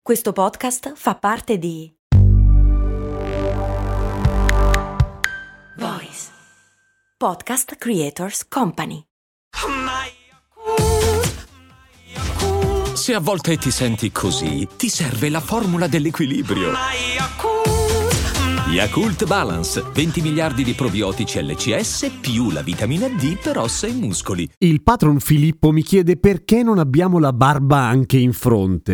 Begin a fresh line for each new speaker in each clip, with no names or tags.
Questo podcast fa parte di Voice Podcast Creators Company.
Se a volte ti senti così, ti serve la formula dell'equilibrio. Yakult Balance, 20 miliardi di probiotici LCS più la vitamina D per ossa e muscoli.
Il patron Filippo mi chiede perché non abbiamo la barba anche in fronte.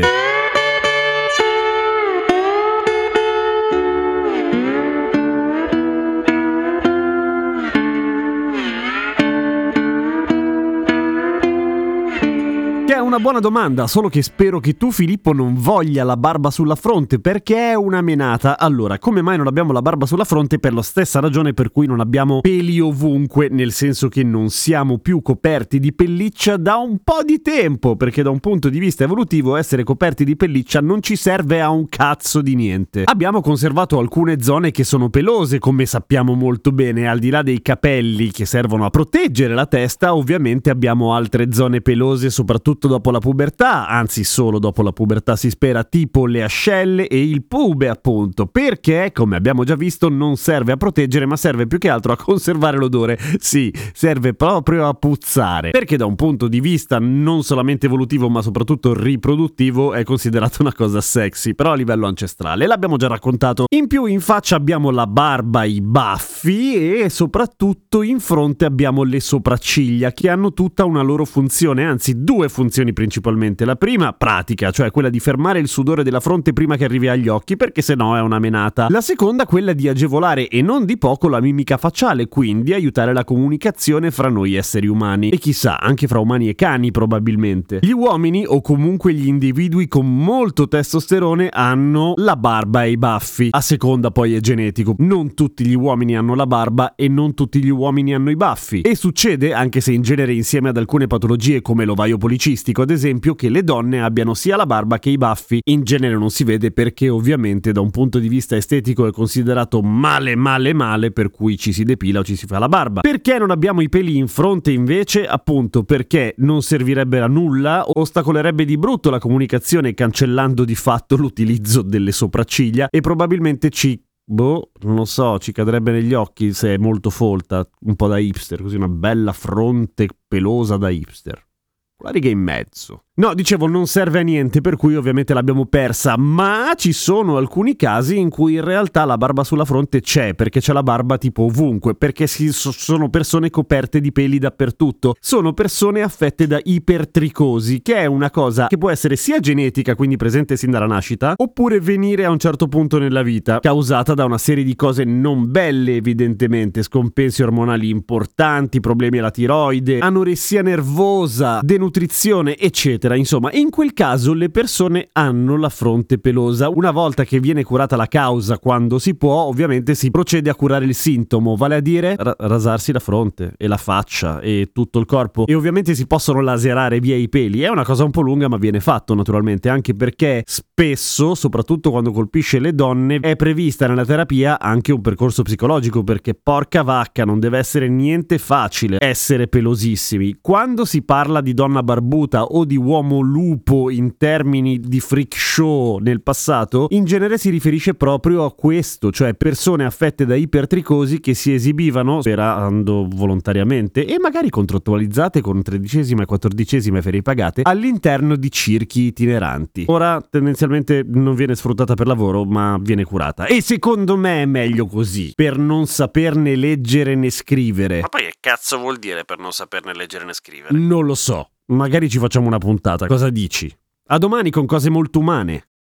È una buona domanda, solo che spero che tu, Filippo, non voglia la barba sulla fronte, perché è una menata. Allora, come mai non abbiamo la barba sulla fronte? Per la stessa ragione per cui non abbiamo peli ovunque, nel senso che non siamo più coperti di pelliccia da un po' di tempo, perché da un punto di vista evolutivo essere coperti di pelliccia non ci serve a un cazzo di niente. Abbiamo conservato alcune zone che sono pelose, come sappiamo molto bene, al di là dei capelli che servono a proteggere la testa, ovviamente abbiamo altre zone pelose, soprattutto dopo la pubertà, anzi solo dopo la pubertà si spera, tipo le ascelle e il pube, appunto, perché, come abbiamo già visto, non serve a proteggere ma serve più che altro a conservare l'odore. Sì, serve proprio a puzzare, perché da un punto di vista non solamente evolutivo ma soprattutto riproduttivo è considerata una cosa sexy, però a livello ancestrale, l'abbiamo già raccontato. In più in faccia abbiamo la barba, i baffi e soprattutto in fronte abbiamo le sopracciglia, che hanno tutta una loro funzione, anzi due funzioni principalmente. La prima, pratica, cioè quella di fermare il sudore della fronte prima che arrivi agli occhi, perché sennò è una menata. La seconda, quella di agevolare e non di poco la mimica facciale, quindi aiutare la comunicazione fra noi esseri umani e chissà anche fra umani e cani probabilmente. Gli uomini, o comunque gli individui con molto testosterone, hanno la barba e i baffi. A seconda poi è genetico, non tutti gli uomini hanno la barba e non tutti gli uomini hanno i baffi, e succede, anche se in genere insieme ad alcune patologie come l'ovaio policistico ad esempio, che le donne abbiano sia la barba che i baffi. In genere non si vede perché ovviamente da un punto di vista estetico è considerato male, per cui ci si depila o ci si fa la barba. Perché non abbiamo i peli in fronte invece? Appunto perché non servirebbe a nulla, ostacolerebbe di brutto la comunicazione cancellando di fatto l'utilizzo delle sopracciglia e probabilmente non lo so, ci cadrebbe negli occhi se è molto folta, un po' da hipster, così una bella fronte pelosa da hipster. La riga in mezzo. No, dicevo, non serve a niente, per cui ovviamente l'abbiamo persa, ma ci sono alcuni casi in cui in realtà la barba sulla fronte c'è, perché c'è la barba tipo ovunque, perché sono persone coperte di peli dappertutto, sono persone affette da ipertricosi, che è una cosa che può essere sia genetica, quindi presente sin dalla nascita, oppure venire a un certo punto nella vita, causata da una serie di cose non belle evidentemente, scompensi ormonali importanti, problemi alla tiroide, anoressia nervosa, denutrizione, eccetera. Insomma, in quel caso le persone hanno la fronte pelosa. Una volta che viene curata la causa, quando si può, ovviamente si procede a curare il sintomo, vale a dire rasarsi la fronte e la faccia e tutto il corpo, e ovviamente si possono laserare via i peli. È una cosa un po' lunga ma viene fatto naturalmente, anche perché spesso, soprattutto quando colpisce le donne, è prevista nella terapia anche un percorso psicologico, perché porca vacca, non deve essere niente facile essere pelosissimi. Quando si parla di donna barbuta o di uomo lupo in termini di freak show nel passato, in genere si riferisce proprio a questo, cioè persone affette da ipertricosi che si esibivano, sperando volontariamente e magari contrattualizzate con 13ª e 14ª ferie pagate, all'interno di circhi itineranti. Ora tendenzialmente non viene sfruttata per lavoro ma viene curata, e secondo me è meglio così, per non saperne leggere né scrivere.
Ma poi che cazzo vuol dire per non saperne leggere né scrivere?
Non lo so. Magari ci facciamo una puntata. Cosa dici? A domani con cose molto umane.